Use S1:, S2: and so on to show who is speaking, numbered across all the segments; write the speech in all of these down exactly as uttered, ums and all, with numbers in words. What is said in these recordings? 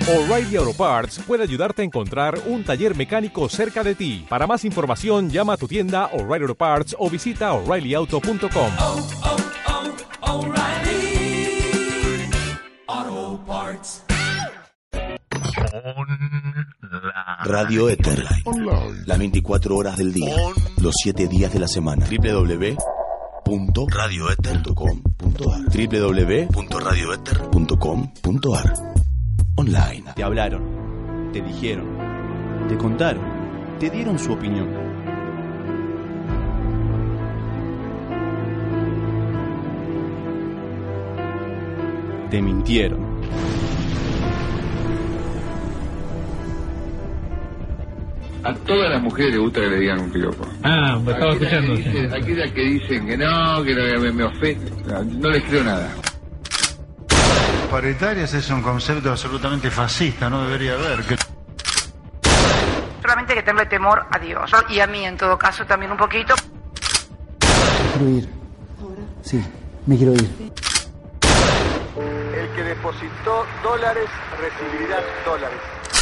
S1: O'Reilly Auto Parts puede ayudarte a encontrar un taller mecánico cerca de ti. Para más información, llama a tu tienda O'Reilly Auto Parts o visita O'Reilly Auto punto com.
S2: Oh, oh, oh, O'Reilly Auto Parts.
S3: Radio Éter. Las veinticuatro horas del día. Los siete días de la semana. doble u doble u doble u punto radio éter punto com punto a r doble u doble u doble u punto radio éter punto com punto a r Online.
S4: Te hablaron, te dijeron, te contaron, te dieron su opinión. Te mintieron.
S5: A todas las mujeres les gusta que le digan un piropo.
S6: Ah, me estaba escuchando.
S5: Que dicen, aquellas que dicen que no, que no, me, me ofende, no, no les creo nada.
S7: Paritarias es un concepto absolutamente fascista, no debería haber. Que...
S8: Solamente hay que tenerle temor a Dios, y a mí en todo caso también un poquito.
S9: Me quiero ir. ¿Ahora? Sí, me quiero ir.
S10: El que depositó dólares recibirá dólares.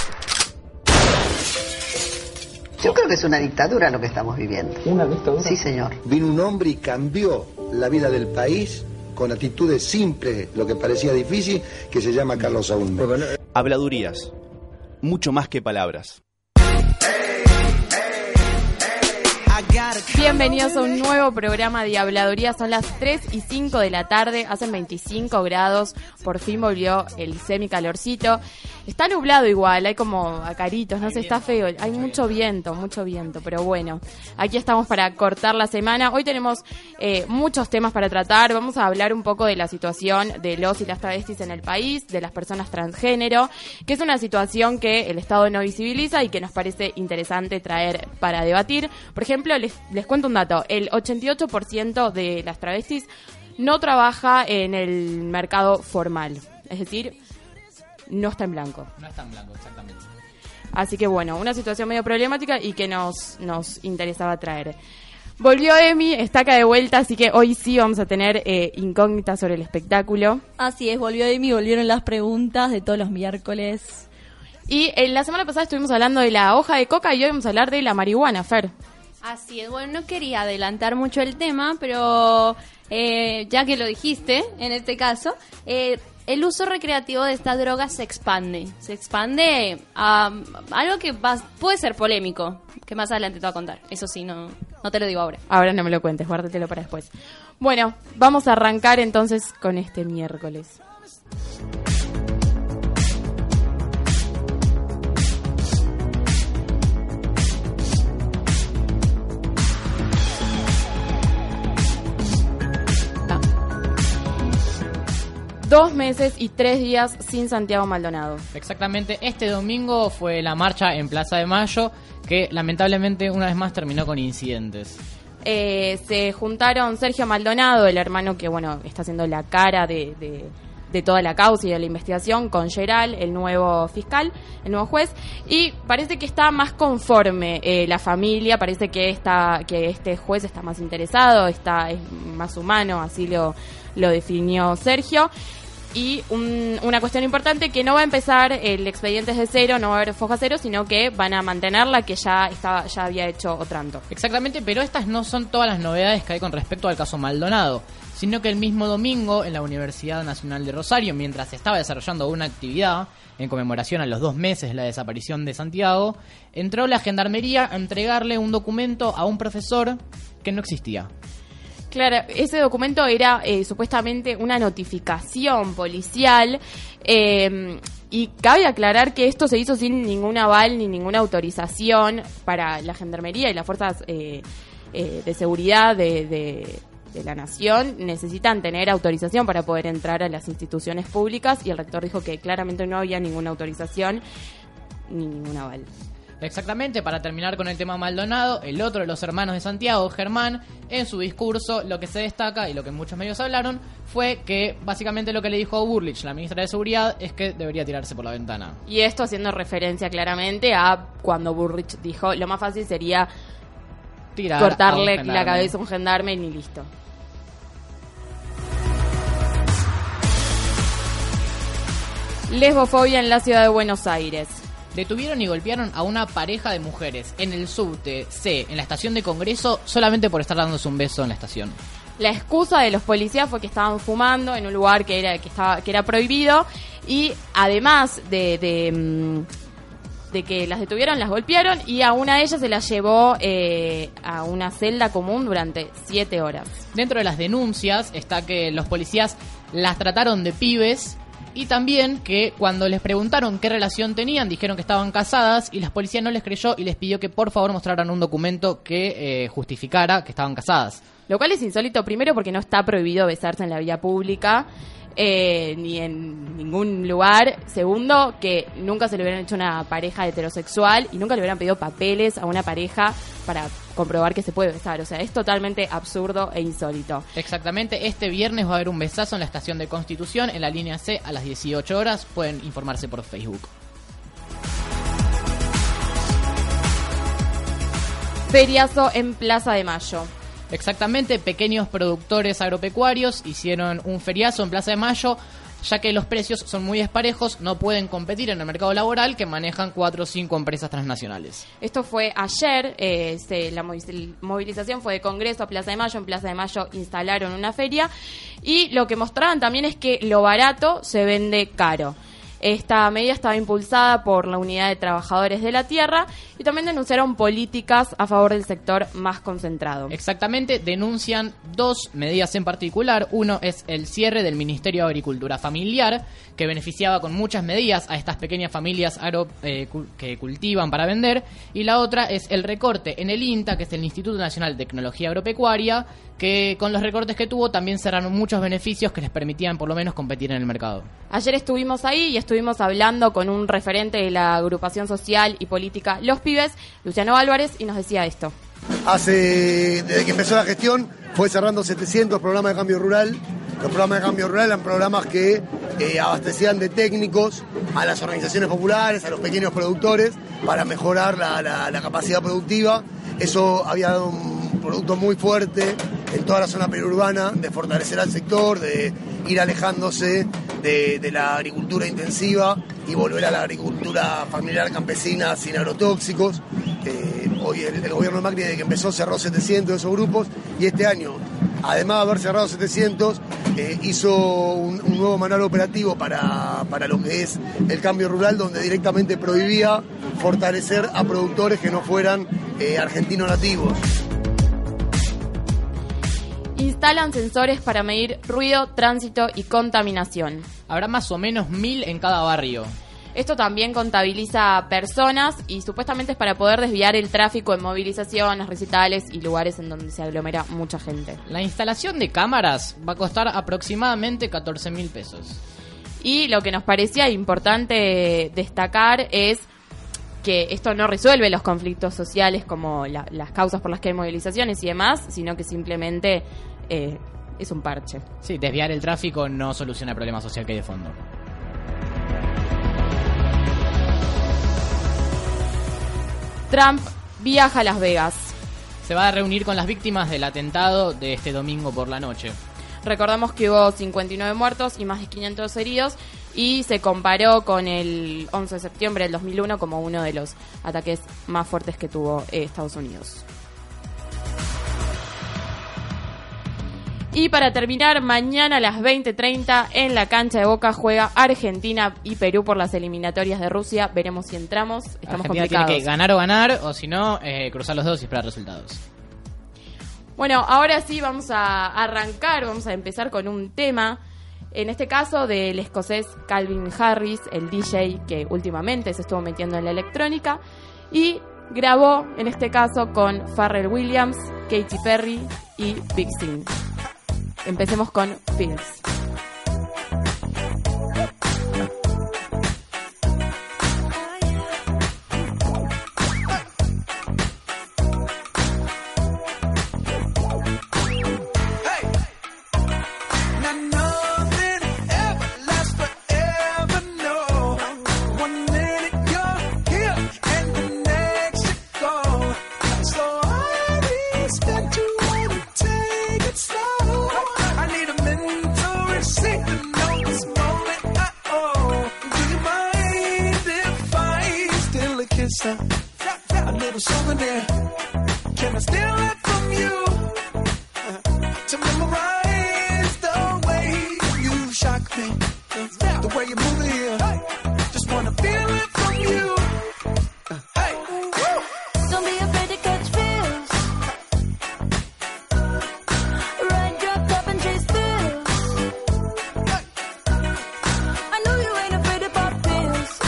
S11: Yo creo que es una dictadura lo que estamos viviendo.
S9: ¿Una dictadura?
S11: Sí, señor.
S12: Vino un hombre y cambió la vida del país con actitudes simples, lo que parecía difícil, que se llama Carlos Saúl Menem.
S4: Habladurías, mucho más que palabras.
S13: Bienvenidos a un nuevo programa de Habladuría. Son las tres y cinco de la tarde, hacen veinticinco grados, por fin volvió el semicalorcito. Está nublado igual, hay como acaritos, no sé, está feo, hay mucho viento, mucho viento, pero bueno, aquí estamos para cortar la semana. Hoy tenemos eh, muchos temas para tratar, vamos a hablar un poco de la situación de los y las travestis en el país, de las personas transgénero, que es una situación que el Estado no visibiliza y que nos parece interesante traer para debatir. Por ejemplo, les, les cuento un dato, el ochenta y ocho por ciento de las travestis no trabaja en el mercado formal, es decir, no está en blanco.
S6: No está en blanco, exactamente.
S13: Así que bueno, una situación medio problemática y que nos, nos interesaba traer. Volvió Emi, está acá de vuelta, así que hoy sí vamos a tener eh, incógnitas sobre el espectáculo.
S14: Así es, volvió Emi, volvieron las preguntas de todos los miércoles.
S13: Y eh, la semana pasada estuvimos hablando de la hoja de coca y hoy vamos a hablar de la marihuana, Fer.
S14: Así es, bueno, no quería adelantar mucho el tema, pero eh, ya que lo dijiste, en este caso, eh, el uso recreativo de esta droga se expande. Se expande a algo que va, puede ser polémico, que más adelante te voy a contar. Eso sí, no, no te lo digo ahora.
S13: Ahora no me lo cuentes, guárdatelo para después. Bueno, vamos a arrancar entonces con este miércoles. Dos meses y tres días sin Santiago Maldonado.
S6: Exactamente, este domingo fue la marcha en Plaza de Mayo, que lamentablemente una vez más terminó con incidentes.
S13: Eh, se juntaron Sergio Maldonado, el hermano que bueno está haciendo la cara de, de, de toda la causa y de la investigación, con Geral, el nuevo fiscal, el nuevo juez, y parece que está más conforme eh, la familia, parece que, está, que este juez está más interesado, está es más humano, así lo... lo definió Sergio. Y un, una cuestión importante, que no va a empezar el expediente desde cero, no va a haber foja cero, sino que van a mantenerla, que ya estaba ya había hecho Otranto.
S6: Exactamente, pero estas no son todas las novedades que hay con respecto al caso Maldonado, sino que el mismo domingo en la Universidad Nacional de Rosario, mientras se estaba desarrollando una actividad en conmemoración a los dos meses de la desaparición de Santiago, entró la gendarmería a entregarle un documento a un profesor que no existía.
S13: Claro, ese documento era eh, supuestamente una notificación policial eh, y cabe aclarar que esto se hizo sin ningún aval ni ninguna autorización. Para la gendarmería y las fuerzas eh, eh, de seguridad de, de, de la nación necesitan tener autorización para poder entrar a las instituciones públicas, y el rector dijo que claramente no había ninguna autorización ni ningún aval.
S6: Exactamente, para terminar con el tema Maldonado, el otro de los hermanos de Santiago, Germán, en su discurso lo que se destaca y lo que muchos medios hablaron fue que básicamente lo que le dijo a Burlich, la ministra de Seguridad, es que debería tirarse por la ventana.
S13: Y esto haciendo referencia claramente a cuando Burlich dijo lo más fácil sería tirar cortarle la cabeza a un gendarme y listo. Lesbofobia en la ciudad de Buenos Aires.
S6: Detuvieron y golpearon a una pareja de mujeres en el subte C, en la estación de Congreso, solamente por estar dándose un beso en la estación.
S13: La excusa de los policías fue que estaban fumando en un lugar que era que estaba que era prohibido y además de, de, de que las detuvieron, las golpearon y a una de ellas se la llevó eh, a una celda común durante siete horas.
S6: Dentro de las denuncias está que los policías las trataron de pibes y también que cuando les preguntaron qué relación tenían, dijeron que estaban casadas y la policía no les creyó y les pidió que por favor mostraran un documento que eh, justificara que estaban casadas.
S13: Lo cual es insólito, primero porque no está prohibido besarse en la vía pública, eh, ni en ningún lugar. Segundo, que nunca se le hubieran hecho una pareja heterosexual y nunca le hubieran pedido papeles a una pareja para comprobar que se puede besar. O sea, es totalmente absurdo e insólito.
S6: Exactamente, este viernes va a haber un besazo en la estación de Constitución, en la línea C, a las dieciocho horas. Pueden informarse por Facebook.
S13: Feriazo en Plaza de Mayo.
S6: Exactamente, pequeños productores agropecuarios hicieron un feriazo en Plaza de Mayo, ya que los precios son muy desparejos, no pueden competir en el mercado laboral que manejan cuatro o cinco empresas transnacionales.
S13: Esto fue ayer, eh, se, la movilización fue de Congreso a Plaza de Mayo. En Plaza de Mayo instalaron una feria y lo que mostraban también es que lo barato se vende caro. Esta medida estaba impulsada por la Unidad de Trabajadores de la Tierra y también denunciaron políticas a favor del sector más concentrado.
S6: Exactamente, denuncian dos medidas en particular. Uno es el cierre del Ministerio de Agricultura Familiar, que beneficiaba con muchas medidas a estas pequeñas familias agro, eh, que cultivan para vender. Y la otra es el recorte en el INTA, que es el Instituto Nacional de Tecnología Agropecuaria, que con los recortes que tuvo también cerraron muchos beneficios que les permitían por lo menos competir en el mercado.
S13: Ayer estuvimos ahí y estuvimos hablando con un referente de la agrupación social y política Los Pibes, Luciano Álvarez, y nos decía esto.
S12: Hace, desde que empezó la gestión, fue cerrando setecientos programas de cambio rural. Los programas de cambio rural eran programas que eh, abastecían de técnicos a las organizaciones populares, a los pequeños productores, para mejorar la, la, la capacidad productiva. Eso había dado un producto muy fuerte en toda la zona periurbana, de fortalecer al sector, de ir alejándose de, de la agricultura intensiva y volver a la agricultura familiar campesina sin agrotóxicos. Eh, hoy el, el gobierno de Macri, desde que empezó, cerró setecientos de esos grupos y este año, además de haber cerrado setecientos, eh, hizo un, un nuevo manual operativo para, para lo que es el cambio rural, donde directamente prohibía fortalecer a productores que no fueran eh, argentinos nativos.
S13: Instalan sensores para medir ruido, tránsito y contaminación.
S6: Habrá más o menos mil en cada barrio.
S13: Esto también contabiliza personas y supuestamente es para poder desviar el tráfico en movilizaciones, recitales y lugares en donde se aglomera mucha gente.
S6: La instalación de cámaras va a costar aproximadamente catorce mil pesos.
S13: Y lo que nos parecía importante destacar es que esto no resuelve los conflictos sociales como la, las causas por las que hay movilizaciones y demás, sino que simplemente eh, es un parche.
S6: Sí, desviar el tráfico no soluciona el problema social que hay de fondo.
S13: Trump viaja a Las Vegas.
S6: Se va a reunir con las víctimas del atentado de este domingo por la noche.
S13: Recordamos que hubo cincuenta y nueve muertos y más de quinientos heridos y se comparó con el once de septiembre del dos mil uno como uno de los ataques más fuertes que tuvo eh, Estados Unidos. Y para terminar, mañana a las veinte treinta en la cancha de Boca juega Argentina y Perú por las eliminatorias de Rusia. Veremos si entramos. Estamos
S6: Argentina
S13: complicados.
S6: Tiene que ganar o ganar, o si no, eh, cruzar los dedos y esperar resultados.
S13: Bueno, ahora sí vamos a arrancar, vamos a empezar con un tema, en este caso del escocés Calvin Harris, el D J que últimamente se estuvo metiendo en la electrónica y grabó, en este caso, con Pharrell Williams, Katy Perry y Big Sean. Empecemos con Feels.
S2: Take it slow. I need a mentor. kiss her, a little souvenir. Can I steal it from you to memorize the way you shock me, the way you move it here? Just wanna feel it from you. Hey,
S15: don't be afraid to catch feels. Run, drop, top, and chase thrills. I know you ain't afraid to pop pills.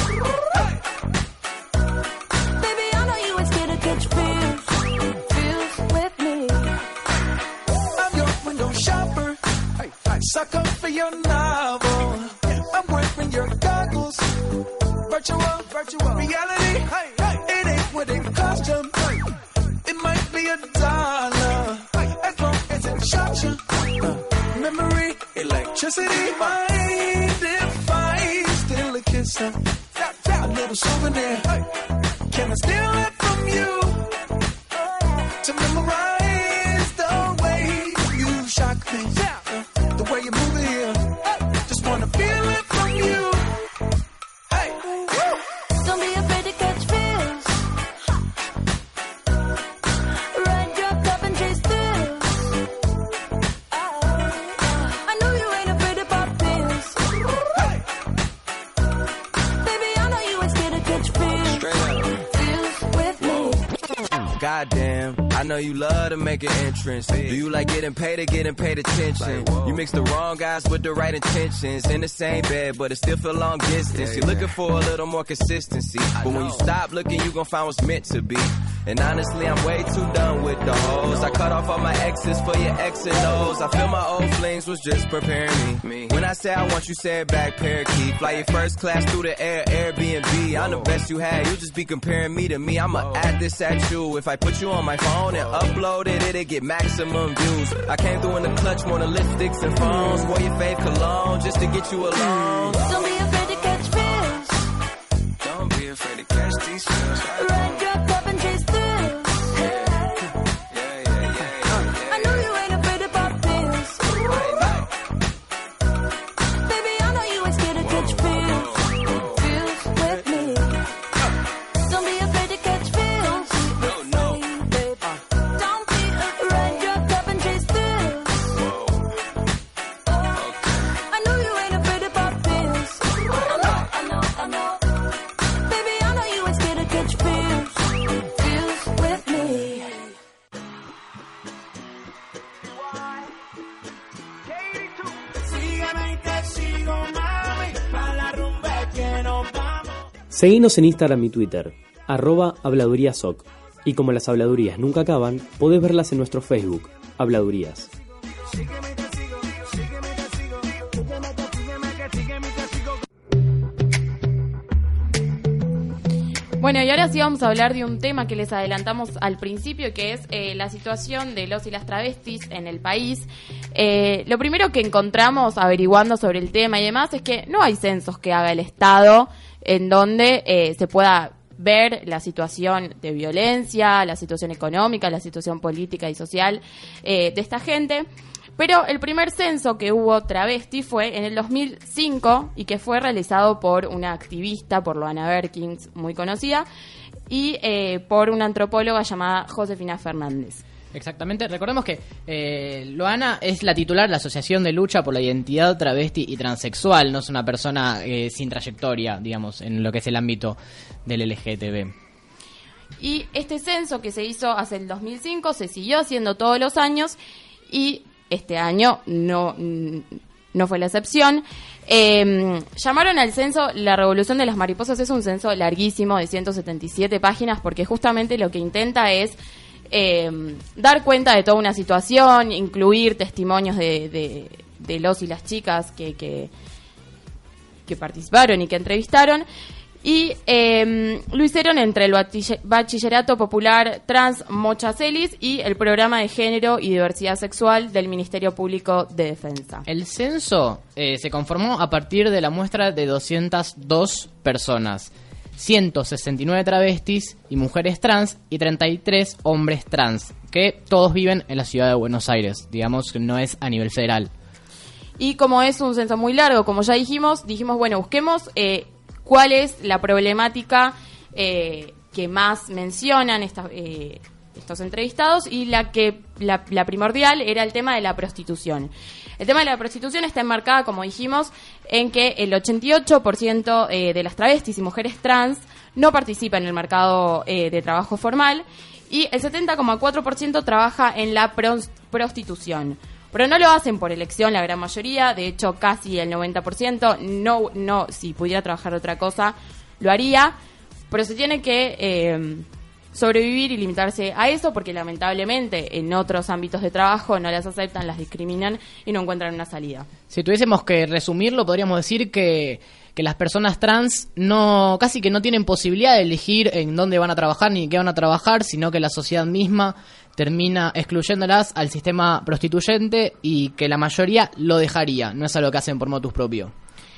S15: Baby, I know you ain't scared to catch feels. Feels with me.
S2: I'm your window shopper, sucker for your novel. I'm wearing your goggles. Virtual, virtual reality. Hey, hey. It ain't what it cost you. Hey. It might be a dollar, as long as it shocks you. Uh, memory, electricity. Mind if I steal a kiss? Uh, a little souvenir. Hey. Can I steal it from you to memorize the way you shock me? Uh, the way you move it here. Just wanna feel it from you.
S15: Don't be afraid to catch feels. Run, drop, top, and chase thrills. I know you ain't afraid to pop pills. Baby, I know you ain't scared to catch feels. Feels with me.
S16: Goddamn, I know you love to make an entrance. Do you like getting paid or getting paid attention? You mix the wrong guys with the right intentions. In the same bed, but it still feel long distance. You're looking for a little more consistency. But when you stop looking, you gon' find what's meant to be. And honestly, I'm way too done with the hoes. I cut off all my exes for your X and O's. I feel my old flings was just preparing me. When I say I want you, say it back, parakeet. Fly your first class through the air, Airbnb. I'm the best you had, you just be comparing me to me. I'ma add this at you. If I put you on my phone and upload it, it'll get maximum views. I came through in the clutch, more than lipsticks and phones. Wore your fave cologne just to get you alone.
S15: Don't be afraid to catch feels.
S16: Don't be afraid to catch these feels.
S15: Run, drop, top, and chase thrills. I know you ain't afraid to pop pills. Baby, I know you ain't scared to catch feels. Feels with me. Don't be afraid to catch feels.
S16: No, no.
S15: Don't be afraid. Run, drop, top, and chase thrills. I know you ain't afraid to pop pills. I know, I know, I know. Baby, I know you ain't scared to catch feels. Feels with me.
S17: Seguinos en Instagram y Twitter, arroba habladuríasoc. Y como las habladurías nunca acaban, podés verlas en nuestro Facebook, Habladurías.
S13: Bueno, y ahora sí vamos a hablar de un tema que les adelantamos al principio, que es eh, la situación de los y las travestis en el país. Eh, lo primero que encontramos averiguando sobre el tema y demás es que no hay censos que haga el Estado en donde eh, se pueda ver la situación de violencia, la situación económica, la situación política y social eh, de esta gente. Pero el primer censo que hubo travesti fue en el dos mil cinco y que fue realizado por una activista, por Loana Berkins, muy conocida, y eh, por una antropóloga llamada Josefina Fernández.
S6: Exactamente, recordemos que eh, Loana es la titular de la Asociación de Lucha por la Identidad Travesti y Transexual, no es una persona eh, sin trayectoria, digamos, en lo que es el ámbito del L G T B.
S13: Y este censo que se hizo hace el dos mil cinco se siguió haciendo todos los años y este año no, no fue la excepción. Eh, llamaron al censo La Revolución de las Mariposas. Es un censo larguísimo de ciento setenta y siete páginas porque justamente lo que intenta es eh, dar cuenta de toda una situación, incluir testimonios de, de, de los y las chicas que, que, que participaron y que entrevistaron. Y eh, lo hicieron entre el Bachillerato Popular Trans Mochacelis y el Programa de Género y Diversidad Sexual del Ministerio Público de Defensa.
S6: El censo eh, se conformó a partir de la muestra de doscientas dos personas, ciento sesenta y nueve travestis y mujeres trans y treinta y tres hombres trans, que todos viven en la ciudad de Buenos Aires, digamos que no es a nivel federal.
S13: Y como es un censo muy largo, como ya dijimos, dijimos, bueno, busquemos... Eh, cuál es la problemática eh, que más mencionan esta, eh, estos entrevistados, y la que la, la primordial era el tema de la prostitución. El tema de la prostitución está enmarcada, como dijimos, en que el ochenta y ocho por ciento eh, de las travestis y mujeres trans no participa en el mercado eh, de trabajo formal, y el setenta coma cuatro por ciento trabaja en la pros- prostitución. Pero no lo hacen por elección la gran mayoría, de hecho casi el noventa por ciento, no, no, si pudiera trabajar otra cosa, lo haría, pero se tiene que eh, sobrevivir y limitarse a eso, porque lamentablemente en otros ámbitos de trabajo no las aceptan, las discriminan y no encuentran una salida.
S6: Si tuviésemos que resumirlo, podríamos decir que, que las personas trans no casi que no tienen posibilidad de elegir en dónde van a trabajar ni qué van a trabajar, sino que la sociedad misma termina excluyéndolas al sistema prostituyente y que la mayoría lo dejaría, no es algo que hacen por motus propio.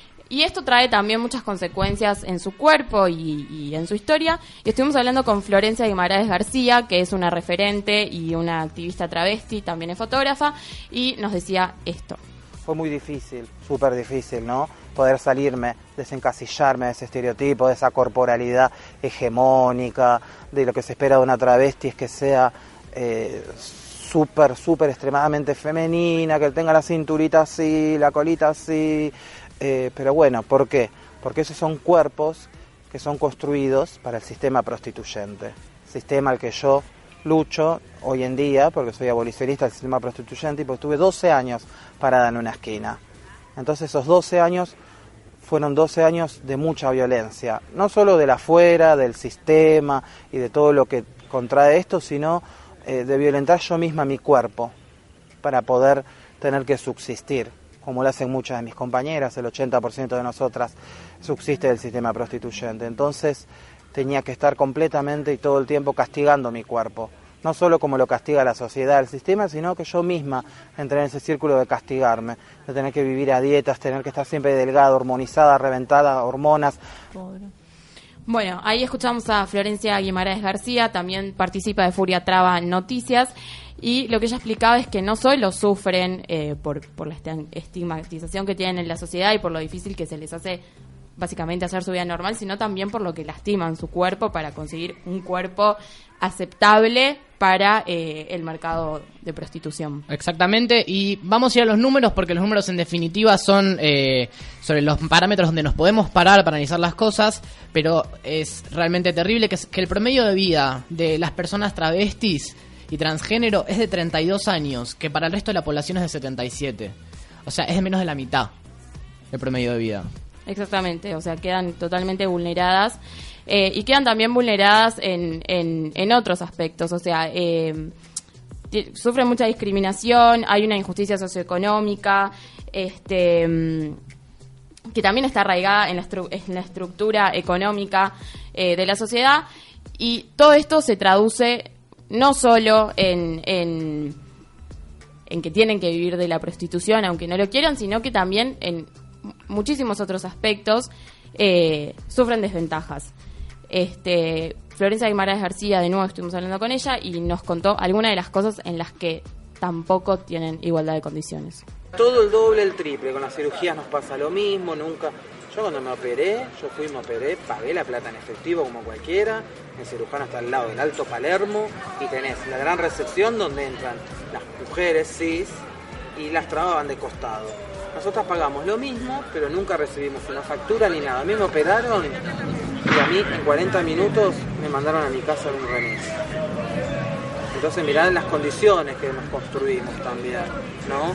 S13: Y esto trae también muchas consecuencias en su cuerpo y, y en su historia. Y estuvimos hablando con Florencia Guimaraes García, que es una referente y una activista travesti, también es fotógrafa, y nos decía esto.
S18: Fue muy difícil, súper difícil, ¿no? Poder salirme, desencasillarme de ese estereotipo, de esa corporalidad hegemónica, de lo que se espera de una travesti es que sea eh, súper, súper extremadamente femenina, que tenga la cinturita así, la colita así. Eh, pero bueno, ¿por qué? Porque esos son cuerpos que son construidos para el sistema prostituyente, sistema al que yo lucho hoy en día, porque soy abolicionista del sistema prostituyente y porque estuve doce años parada en una esquina. Entonces esos doce años fueron doce años de mucha violencia, no solo de la afuera, del sistema y de todo lo que contrae esto, sino eh, de violentar yo misma mi cuerpo para poder tener que subsistir, como lo hacen muchas de mis compañeras, el ochenta por ciento de nosotras subsiste del sistema prostituyente. Entonces tenía que estar completamente y todo el tiempo castigando mi cuerpo, no solo como lo castiga la sociedad, el sistema, sino que yo misma entré en ese círculo de castigarme, de tener que vivir a dietas, tener que estar siempre delgada, hormonizada, reventada, hormonas.
S13: Pobre. Bueno, ahí escuchamos a Florencia Guimaraes García, también participa de Furia Traba Noticias, y lo que ella explicaba es que no solo sufren eh, por, por la estigmatización que tienen en la sociedad y por lo difícil que se les hace básicamente hacer su vida normal, sino también por lo que lastiman su cuerpo para conseguir un cuerpo aceptable para eh, el mercado de prostitución.
S6: Exactamente, y vamos a ir a los números porque los números en definitiva son eh, sobre los parámetros donde nos podemos parar para analizar las cosas, pero es realmente terrible que, que el promedio de vida de las personas travestis y transgénero es de treinta y dos años, que para el resto de la población es de setenta y siete. O sea, es de menos de la mitad el promedio de vida.
S13: Exactamente, o sea, quedan totalmente vulneradas eh, y quedan también vulneradas en, en, en otros aspectos, o sea, eh, t- sufren mucha discriminación, hay una injusticia socioeconómica, este, mm, que también está arraigada en la, estru- en la estructura económica eh, de la sociedad, y todo esto se traduce no solo en... en en que tienen que vivir de la prostitución aunque no lo quieran, sino que también en muchísimos otros aspectos eh, sufren desventajas. Este, Florencia Guimaraes García, de nuevo estuvimos hablando con ella y nos contó algunas de las cosas en las que tampoco tienen igualdad de condiciones.
S18: Todo el doble, el triple, con las cirugías nos pasa lo mismo, nunca... Yo cuando me operé, yo fui, me operé, pagué la plata en efectivo como cualquiera, el cirujano está al lado del Alto Palermo y tenés la gran recepción donde entran las mujeres cis y las trabas van de costado. Nosotras pagamos lo mismo, pero nunca recibimos una factura ni nada. A mí me operaron y a mí en cuarenta minutos me mandaron a mi casa en un remis. Entonces mirá las condiciones que nos construimos también, ¿no?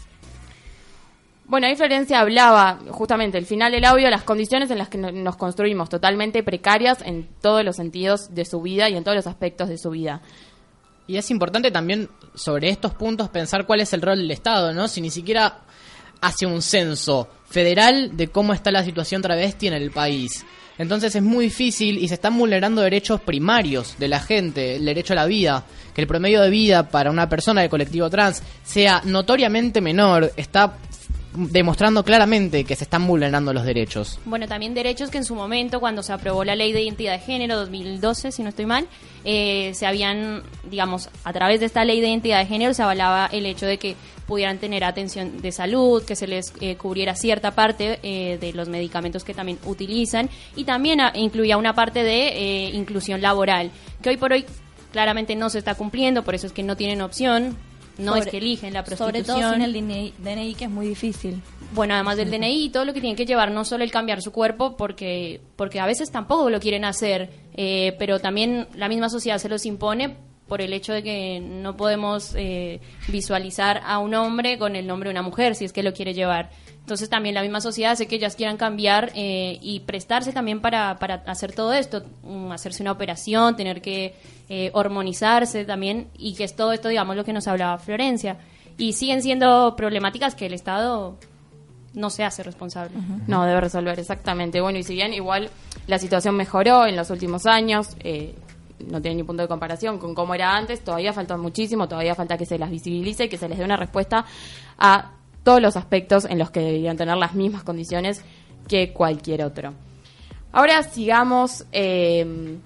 S13: Bueno, ahí Florencia hablaba, justamente, el final del audio, las condiciones en las que nos construimos, totalmente precarias en todos los sentidos de su vida y en todos los aspectos de su vida.
S6: Y es importante también, sobre estos puntos, pensar cuál es el rol del Estado, ¿no? Si ni siquiera hace un censo federal de cómo está la situación travesti en el país. Entonces es muy difícil y se están vulnerando derechos primarios de la gente, el derecho a la vida, que el promedio de vida para una persona del colectivo trans sea notoriamente menor, está demostrando claramente que se están vulnerando los derechos.
S14: Bueno, también derechos que en su momento, cuando se aprobó la Ley de Identidad de Género dos mil doce, si no estoy mal, eh, se habían, digamos, a través de esta Ley de Identidad de Género se avalaba el hecho de que pudieran tener atención de salud, que se les eh, cubriera cierta parte eh, de los medicamentos que también utilizan, y también a, incluía una parte de eh, inclusión laboral, que hoy por hoy claramente no se está cumpliendo, por eso es que no tienen opción, no
S19: Sobre-
S14: es que eligen la prostitución.
S19: Sobre todo sin el D N I, D N I, que es muy difícil.
S14: Bueno, además del D N I y todo lo que tienen que llevar, no solo el cambiar su cuerpo, porque porque a veces tampoco lo quieren hacer, eh, pero también la misma sociedad se los impone por el hecho de que no podemos eh, visualizar a un hombre con el nombre de una mujer, si es que lo quiere llevar. Entonces también la misma sociedad hace que ellas quieran cambiar eh, y prestarse también para, para hacer todo esto, um, hacerse una operación, tener que eh, hormonizarse también, y que es todo esto, digamos, lo que nos hablaba Florencia. Y siguen siendo problemáticas que el Estado no se hace responsable.
S13: No, debe resolver, exactamente. Bueno, y si bien igual la situación mejoró en los últimos años, eh, no tiene ni punto de comparación con cómo era antes, todavía falta muchísimo, todavía falta que se las visibilice y que se les dé una respuesta a todos los aspectos en los que deberían tener las mismas condiciones que cualquier otro. Ahora sigamos... Eh,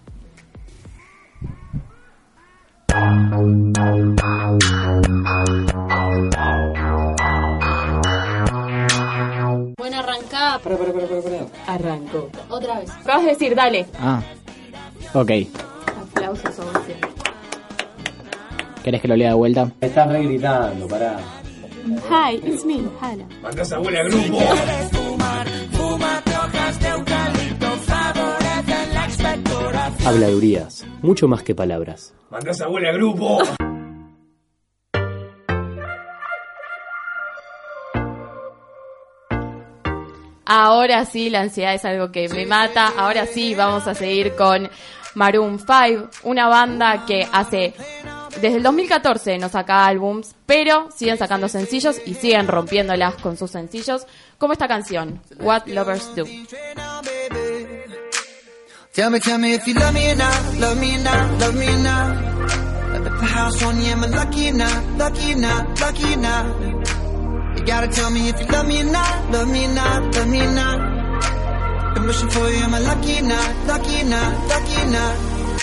S14: Buena arrancada.
S17: Para, para, para, para, para.
S13: Arrancó.
S14: Otra vez.
S13: Acabas de decir, dale.
S17: Ah, ok.
S13: Aplausos a vos.
S17: ¿Querés que lo lea de vuelta? Me estás re gritando, pará.
S13: Hi, it's me, Hannah.
S2: Mandas a abuela grupo.
S17: Habladurías, mucho más que palabras.
S2: Mandas a abuela grupo.
S13: Ahora sí, la ansiedad es algo que me mata. Ahora sí, vamos a seguir con Maroon cinco, una banda que hace desde el dos mil catorce no saca álbums, pero siguen sacando sencillos y siguen rompiéndolas con sus sencillos, como esta canción, What Lovers Do.
S2: Tell me, tell me if you love me or not, love me or not, love me or not. I bet the house on you, am I lucky or not, lucky or not, lucky or not. You gotta tell me if you love me or not, love me or not, love me or not. I'm wishing for you, am I lucky or not, lucky or not, lucky or not.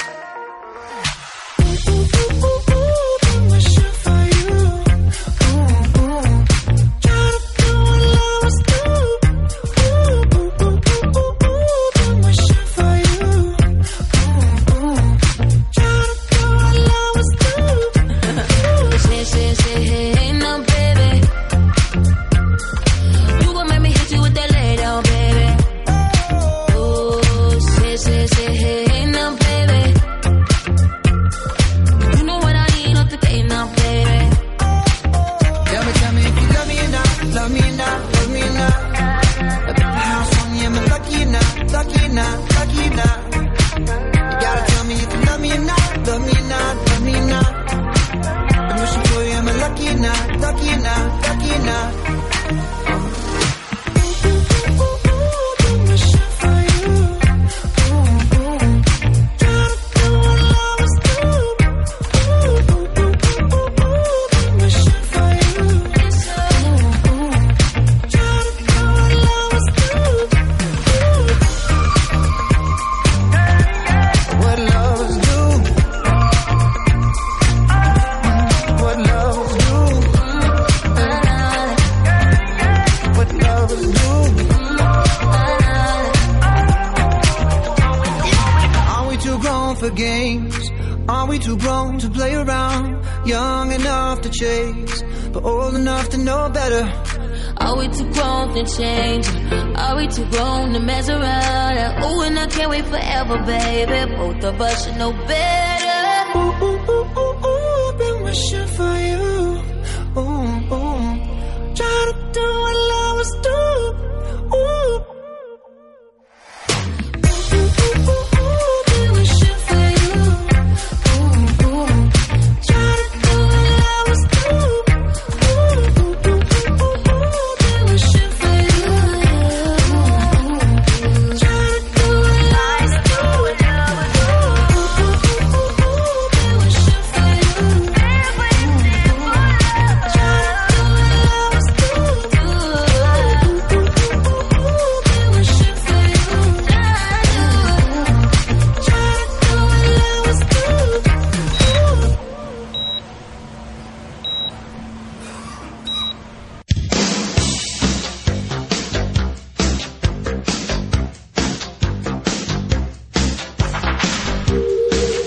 S15: Change. Are we too grown to mess around? Ooh, and I can't wait forever, baby. Both of us should know better. Ooh, ooh, ooh, ooh, ooh, I've been wishing for you. Ooh, ooh. Try to do what lovers do. Ooh.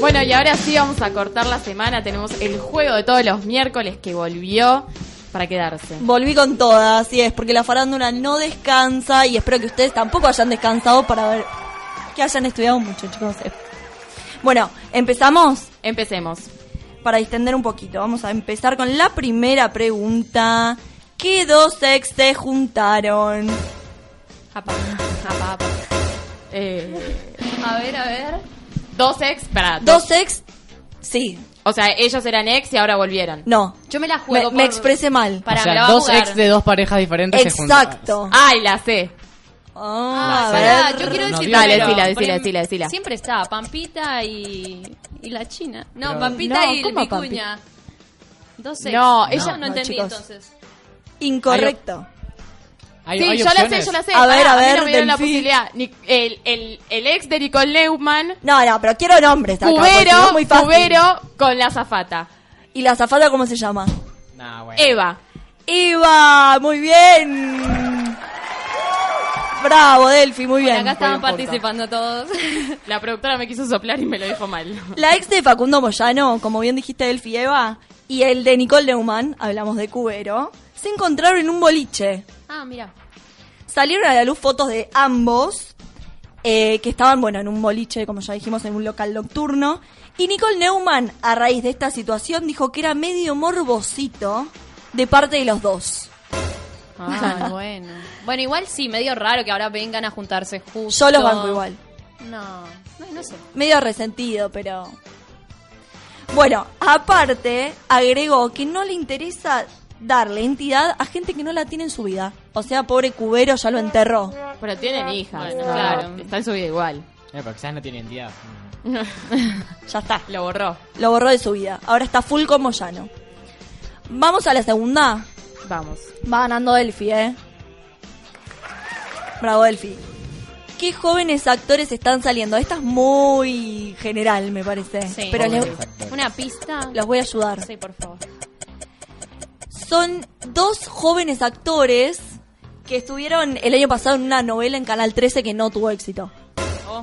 S13: Bueno, y ahora sí vamos a cortar la semana. Tenemos el juego de todos los miércoles que volvió para quedarse.
S20: Volví con todas, así es, porque la farándula no descansa y espero que ustedes tampoco hayan descansado para ver que hayan estudiado mucho, chicos. Bueno, ¿empezamos?
S13: Empecemos.
S20: Para distender un poquito, vamos a empezar con la primera pregunta. ¿Qué dos ex se juntaron?
S13: Japa, japa, japa. Eh,
S14: A ver, a ver.
S13: dos ex, para
S20: Dos, dos ex, sí.
S13: O sea, ellos eran ex y ahora volvieron.
S20: No.
S14: Yo me la juego.
S20: Me, me expresé mal.
S6: Para, o sea, dos ex de dos parejas diferentes
S20: Exacto.
S6: se juntaron.
S20: Exacto.
S13: Ay, la sé.
S20: Ah,
S14: a ver. Yo quiero decir
S13: no, dale,
S14: primero,
S13: decila, decila,
S14: porque
S13: decila, decila.
S14: Siempre está Pampita y, y la China. No,
S6: Pero...
S14: Pampita
S20: no,
S14: y
S20: ¿cómo
S14: Vicuña. Dos ex.
S13: No,
S14: ella
S13: ella
S14: no,
S20: no,
S14: entendí
S20: chicos.
S14: entonces.
S20: Incorrecto.
S6: ¿Hay,
S13: sí,
S6: hay
S13: yo la sé,
S6: opciones?
S13: yo la sé.
S20: A ver,
S13: Pará,
S20: a ver,
S13: mí no me dieron la
S20: Delphi.
S13: posibilidad. Ni- El, el, el ex de Nicole Neumann,
S20: No, no, pero quiero nombres acá. porque
S13: Cubero,
S20: es muy fácil.
S13: Cubero con la azafata.
S20: ¿Y la azafata cómo se llama?
S6: Nah, bueno.
S13: Eva.
S20: Eva, muy bien. Bravo, Delphi, muy
S14: Bueno,
S20: bien.
S14: acá estaban
S13: no importa.
S14: participando todos.
S13: La productora me quiso soplar y me lo dijo mal.
S20: La ex de Facundo Moyano, como bien dijiste, Delphi, Eva, y el de Nicole Neumann, hablamos de Cubero, se encontraron en un boliche.
S14: Ah, mira.
S20: Salieron a la luz fotos de ambos, eh, que estaban, bueno, en un boliche, como ya dijimos, en un local nocturno. Y Nicole Neumann, a raíz de esta situación, dijo que era medio morbosito de parte de los dos.
S14: Ah, bueno. Bueno, igual sí, medio raro que ahora vengan a juntarse justo.
S20: Yo los banco igual.
S14: No, no, no sé.
S20: Medio resentido, pero... Bueno, aparte, agregó que no le interesa darle entidad a gente que no la tiene en su vida. O sea, pobre Cubero ya lo enterró.
S13: Pero tienen hijas.
S14: Bueno,
S13: no,
S14: claro.
S13: Está en su vida igual.
S6: Eh, pero quizás no tiene identidad.
S20: Ya está.
S13: Lo borró.
S20: Lo borró de su vida. Ahora está full con Moyano. Vamos a la segunda.
S13: Vamos.
S20: Va ganando Delphi, ¿eh? Bravo, Delphi. ¿Qué jóvenes actores están saliendo? Esta es muy general, me parece.
S14: Sí.
S20: Pero les,
S14: Una pista.
S20: los voy a ayudar.
S14: Sí, por favor.
S20: Son dos jóvenes actores que estuvieron el año pasado en una novela en Canal trece que no tuvo éxito.
S14: Oh.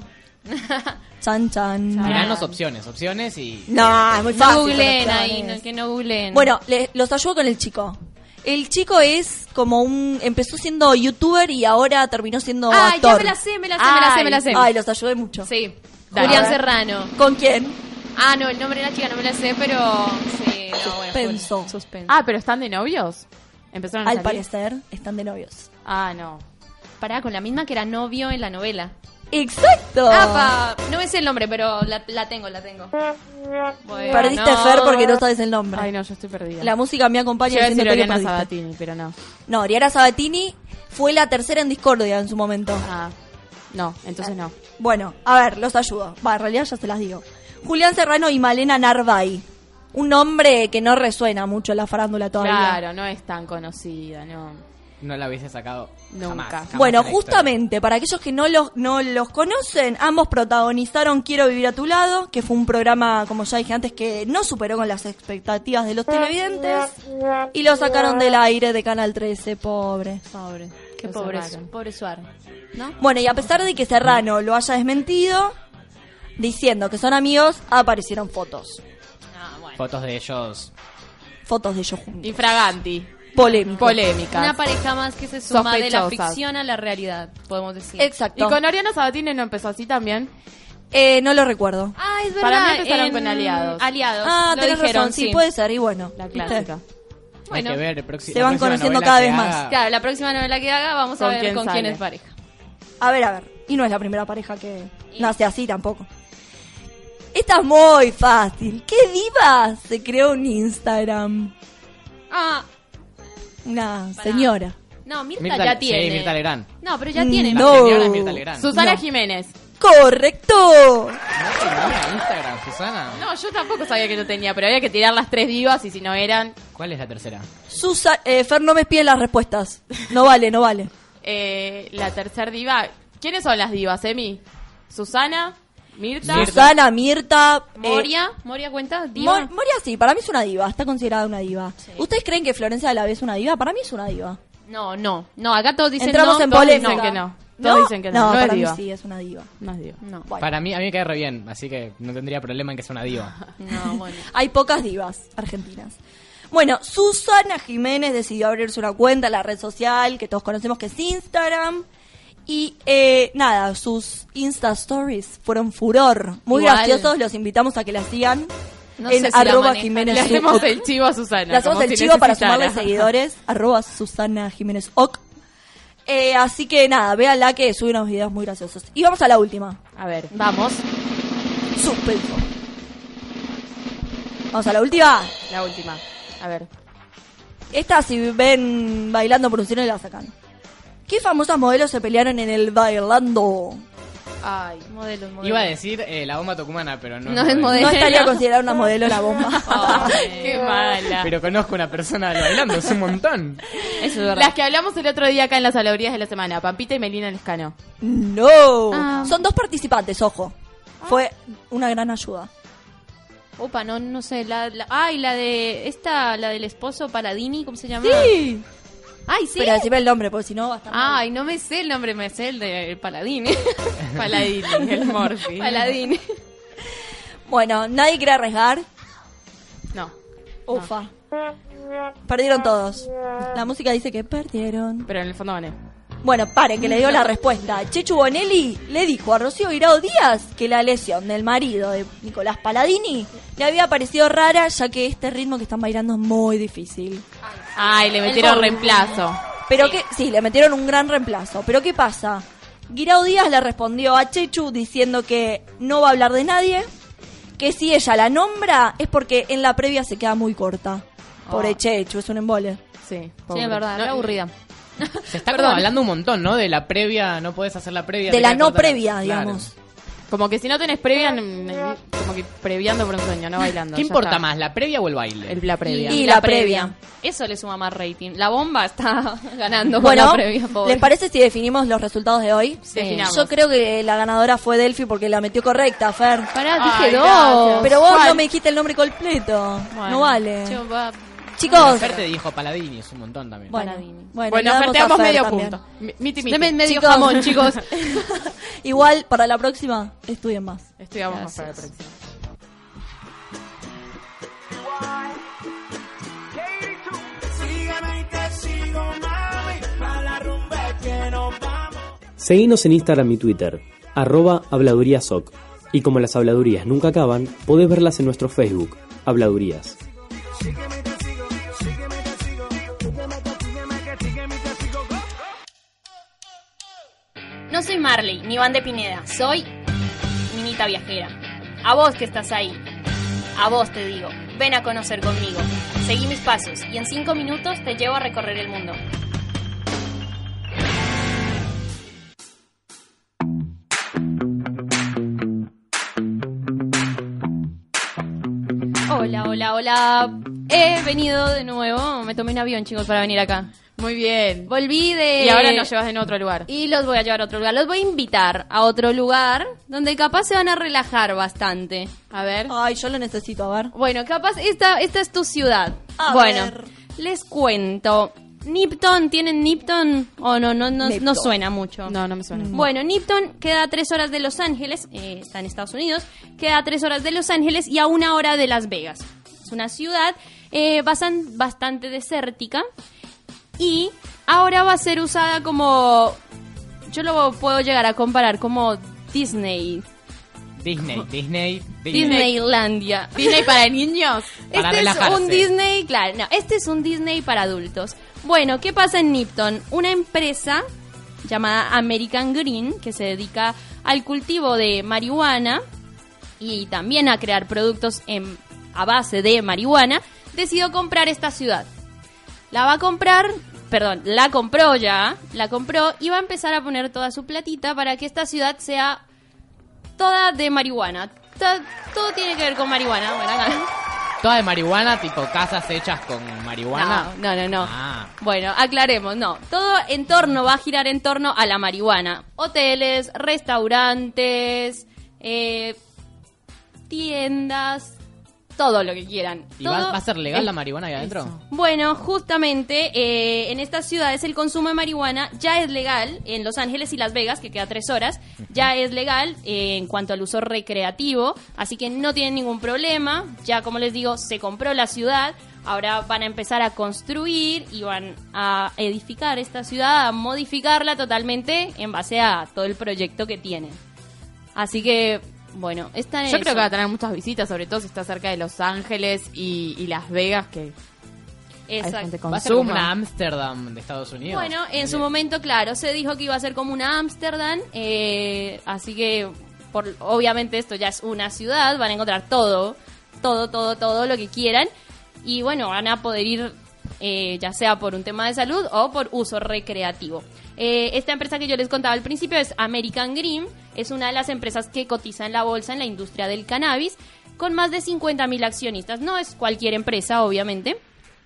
S20: Chan, chan.
S6: Tiranos opciones, opciones y...
S20: No, es muy
S14: No
S20: fácil.
S14: googleen
S20: con
S14: ahí,
S20: opciones.
S14: no, que no googleen.
S20: Bueno, le- los ayudo con el chico. El chico es como un... Empezó siendo youtuber y ahora terminó siendo
S14: Ah,
S20: actor.
S14: ya me la sé, me la sé, me la sé, me la sé.
S20: Ay, los ayudé mucho.
S14: Sí.
S20: Dale.
S14: Julián
S20: A ver.
S14: Serrano.
S20: ¿Con quién?
S14: Ah, no, el nombre de la chica no me la sé, pero... Sí, no, bueno.
S20: Suspenso.
S14: fue- Suspenso.
S13: Ah, pero están de novios. Empezaron a
S20: Al
S13: salir.
S20: parecer, están de novios.
S13: Ah, no.
S14: Pará, con la misma que era novio en la novela.
S20: ¡Exacto!
S14: Ah, pa, no me sé el nombre, pero la, la tengo, la tengo. Bueno,
S20: Perdiste
S14: no.
S20: Fer porque no sabes el nombre.
S13: Ay, no, yo estoy perdida.
S20: La música me acompaña
S13: Yo iba a decir
S20: diciéndote que
S13: Oriana
S20: perdiste.
S13: Sabatini, pero no.
S20: No, Oriana Sabatini fue la tercera en Discordia en su momento.
S13: Ah, no, entonces no.
S20: Bueno, a ver, los ayudo. Va, en realidad ya se las digo. Julián Serrano y Malena Narváez. Un nombre que no resuena mucho en la farándula todavía.
S13: Claro, no es tan conocida, no.
S6: No la hubiese sacado
S13: Nunca.
S6: jamás, jamás
S20: Bueno,
S6: en la historia.
S20: justamente, para aquellos que no los, no los conocen, ambos protagonizaron Quiero vivir a tu lado, que fue un programa, como ya dije antes, que no superó con las expectativas de los televidentes, y lo sacaron del aire de Canal trece, pobre.
S14: Pobre. Qué
S13: Lo
S14: pobre,
S13: cerraron.
S14: pobre Suar. ¿No?
S20: Bueno, y a pesar de que Serrano lo haya desmentido, diciendo que son amigos, aparecieron fotos.
S14: Ah, bueno.
S6: Fotos de ellos.
S20: Fotos de ellos juntos.
S13: Infraganti.
S20: Polémico.
S13: Polémica.
S14: Una pareja más que se suma de la
S13: Sospechosas.
S14: ficción a la realidad, podemos decir.
S20: Exacto.
S13: ¿Y con Oriana Sabatini no empezó así también?
S20: Eh, no lo recuerdo.
S14: Ah, es verdad.
S13: Para mí empezaron
S14: en
S13: con aliados.
S14: Aliados.
S20: Ah,
S14: lo
S20: tenés
S14: dijeron,
S20: razón, sí, puede ser, y bueno.
S13: La
S20: ¿viste?
S13: clásica.
S14: Bueno.
S6: Hay que ver, el próximo-
S20: Se
S6: la
S20: van
S6: próxima
S20: conociendo
S6: novela
S20: cada
S6: que
S20: vez más.
S6: haga-
S14: Claro, la próxima novela que haga vamos a
S13: ¿Con
S14: ver
S13: quién
S14: con
S13: sale?
S14: quién es pareja.
S20: A ver, a ver. Y no es la primera pareja que nace así tampoco. Esta es muy fácil. ¿Qué diva se creó un Instagram?
S14: Ah,
S20: Una
S14: Pará.
S20: señora.
S14: no, Mirta,
S6: Mirta-
S14: ya
S6: sí,
S14: tiene.
S6: Mirta Legrand.
S14: No, pero ya tiene.
S20: No.
S6: La señora Mirta Legrand.
S13: Susana
S20: No.
S13: Jiménez.
S20: ¡Correcto!
S6: ¿No tenía Instagram, Susana?
S13: No, yo tampoco sabía que no tenía, pero había que tirar las tres divas y si no eran...
S6: ¿Cuál es la tercera?
S20: Susa eh, Fer, no me piden las respuestas. No vale, no vale.
S13: Eh, la tercer diva... ¿Quiénes son las divas, Emi? Susana, Mirta...
S6: Mirta.
S20: Susana, Mirta... eh,
S14: Moria, Moria cuenta, diva.
S20: Mo- Moria sí, para mí es una diva. Está considerada una diva. ¿Ustedes creen que Florencia de la B es una diva? Para mí es una diva.
S14: No, no, no, acá todos dicen
S20: Entramos
S14: no,
S20: en
S14: todos
S20: polémica.
S14: dicen que no.
S13: Todos dicen que no,
S20: No,
S13: no es
S20: para mí
S13: diva.
S20: sí, es una diva.
S13: No es diva.
S20: No. Bueno.
S6: Para mí, a mí me cae re bien, así que no tendría problema en que sea una diva.
S13: No, bueno.
S20: Hay pocas divas argentinas. Bueno, Susana Jiménez decidió abrirse una cuenta en la red social que todos conocemos que es Instagram. Y eh, nada, sus Insta Stories fueron furor. Muy
S13: Igual.
S20: graciosos, los invitamos a que la sigan.
S13: No
S20: en
S13: sé si la
S20: arroba
S13: manejan.
S20: Jiménez
S13: Le hacemos
S20: Oc.
S13: el chivo a Susana.
S20: Le hacemos
S13: como
S20: el
S13: si
S20: chivo para
S13: necesitara.
S20: sumarle seguidores. Arroba Susana Jiménez Oc. Eh, así que nada, véanla que sube unos videos muy graciosos. Y vamos a la última.
S13: A ver, vamos.
S20: Suspenso. Vamos a la última.
S13: La última. A ver.
S20: Esta, si ven Bailando por un Sueño, la sacan. ¿Qué famosas modelos se pelearon en el Bailando?
S13: Ay, modelos, modelos.
S6: Iba a decir eh, la bomba tucumana, pero no,
S13: No es modelo.
S20: No estaría considerada una modelo la bomba.
S13: Ay, qué mala.
S6: Pero conozco una persona bailando, es un montón.
S13: Eso es verdad. Las que hablamos el otro día acá en las Salvadorías de la semana, Pampita y Melina Lescano.
S20: No.
S13: Ah.
S20: Son dos participantes, ojo. Fue una gran ayuda.
S14: Opa, no, no sé, la, la, ay, la de, esta, la del esposo Paladini, ¿cómo se llama?
S20: Sí.
S14: Ay, sí.
S20: Pero decime el nombre, porque si no va a estar mal.
S14: Ay, no me sé el nombre, me sé el de el Paladini.
S13: Paladini, el Morphy.
S14: Paladini.
S20: Bueno, nadie quiere arriesgar.
S13: No.
S20: Ufa. Perdieron todos. La música dice que perdieron.
S13: Pero en el fondo gané.
S20: Bueno, paren, que le dio la respuesta. Chechu Bonelli le dijo a Rocío Guirao Díaz que la lesión del marido de Nicolás Paladini le había parecido rara, ya que este ritmo que están bailando es muy difícil.
S13: Ay, le metieron reemplazo.
S20: Pero sí. que sí, le metieron un gran reemplazo. Pero ¿qué pasa? Guirao Díaz le respondió a Chechu diciendo que no va a hablar de nadie, que si ella la nombra es porque en la previa se queda muy corta. Pobre
S13: Oh.
S20: Chechu, es un embole.
S13: Sí,
S14: Sí, es verdad, es aburrida.
S6: Se está como
S13: Perdón.
S6: hablando un montón, ¿no? De la previa, no podés hacer la previa.
S20: De
S6: te
S20: la
S6: queda
S20: no
S6: corta la-
S20: previa,
S6: Claro.
S20: digamos.
S13: Como que si no tenés previa, mm, como que previando por un sueño, no bailando.
S6: ¿Qué
S13: ya
S6: importa
S13: está.
S6: más, la previa o el baile?
S13: El, la previa.
S20: Y la previa.
S14: Eso le suma más rating. La bomba está ganando con
S20: Bueno,
S14: la previa, pobre.
S20: ¿les parece si definimos los resultados de hoy?
S13: Sí. Definamos.
S20: Yo creo que la ganadora fue Delphi porque la metió correcta, Fer.
S14: Pará,
S13: Ay,
S14: dije
S13: gracias.
S14: dos.
S20: Pero vos
S13: ¿Cuál?
S20: no me dijiste el nombre completo.
S13: Bueno.
S20: No vale.
S14: Yo, va-
S20: Chicos,
S6: Fer te dijo Paladini, es un montón también.
S20: bueno,
S14: Paladini.
S20: bueno,
S13: Bueno,
S20: le damos
S13: ofertamos
S20: a Fer
S13: medio
S20: también.
S13: punto. Mi- Miti, miti.
S14: Deme medio
S20: Chicos.
S14: jamón, chicos.
S20: Igual, para la próxima, estudien más.
S13: Estudiamos más para el
S14: Gracias.
S13: próximo.
S17: Seguinos en Instagram y Twitter, arroba habladuríasoc. Y como las habladurías nunca acaban, podés verlas en nuestro Facebook, Habladurías.
S21: No soy Marley, ni Van de Pineda, soy Minita Viajera. A vos que estás ahí, a vos te digo, ven a conocer conmigo. Seguí mis pasos y en cinco minutos te llevo a recorrer el mundo.
S14: Hola, hola, hola. He venido de nuevo. Me tomé un avión, chicos, para venir acá.
S13: Muy bien.
S14: Volví de...
S13: Y ahora nos llevas en otro lugar.
S14: Y los voy a llevar a otro lugar. Los voy a invitar a otro lugar donde capaz se van a relajar bastante.
S13: A ver.
S20: Ay, yo lo necesito, a ver.
S14: Bueno, capaz esta, esta es tu ciudad.
S20: A
S14: bueno,
S20: ver.
S14: les cuento. Nipton, ¿tienen Nipton? O no, no, no,
S20: Nipton.
S14: no suena mucho.
S13: No, no me suena.
S14: Bueno, Nipton queda a tres horas de Los Ángeles, eh, está en Estados Unidos, queda a tres horas de Los Ángeles y a una hora de Las Vegas. Es una ciudad eh, bastan- bastante desértica y ahora va a ser usada como, yo lo puedo llegar a comparar como Disney,
S6: Disney, Disney, Disney.
S14: Disneylandia.
S13: ¿Disney para niños?
S6: Para
S14: Este es
S6: relajarse.
S14: un Disney, claro, no, este es un Disney para adultos. Bueno, ¿qué pasa en Nipton? Una empresa llamada American Green, que se dedica al cultivo de marihuana y también a crear productos en, a base de marihuana, decidió comprar esta ciudad. La va a comprar, perdón, la compró ya, la compró y va a empezar a poner toda su platita para que esta ciudad sea toda de marihuana. To- todo tiene que ver con marihuana. Bueno, acá.
S6: Toda de marihuana, tipo casas hechas con marihuana.
S14: No, no, no, no.
S6: Ah.
S14: Bueno, aclaremos, no. Todo en torno va a girar en torno a la marihuana. Hoteles, restaurantes, eh, tiendas,
S21: todo lo que quieran.
S6: ¿Y
S21: Todo
S6: va, va a ser legal
S21: el-
S6: la marihuana ahí adentro?
S21: Bueno, justamente eh, en estas ciudades el consumo de marihuana ya es legal. En Los Ángeles y Las Vegas, que queda tres horas, ya es legal eh, en cuanto al uso recreativo. Así que no tienen ningún problema. Ya, como les digo, se compró la ciudad. Ahora van a empezar a construir y van a edificar esta ciudad, a modificarla totalmente en base a todo el proyecto que tienen. Así que, bueno, está en
S13: Yo
S21: eso.
S13: creo que va a tener muchas visitas, sobre todo si está cerca de Los Ángeles y, y Las Vegas, que hay
S21: Exacto.
S13: gente
S6: Va a ser como
S13: consuma.
S6: una Ámsterdam de Estados Unidos.
S21: Bueno, en su momento, claro, se dijo que iba a ser como una Ámsterdam, eh, así que por, obviamente esto ya es una ciudad, van a encontrar todo, todo, todo, todo lo que quieran y bueno, van a poder ir eh, ya sea por un tema de salud o por uso recreativo. Eh, esta empresa que yo les contaba al principio es American Green, es una de las empresas que cotiza en la bolsa en la industria del cannabis con más de cincuenta mil accionistas. No es cualquier empresa, obviamente.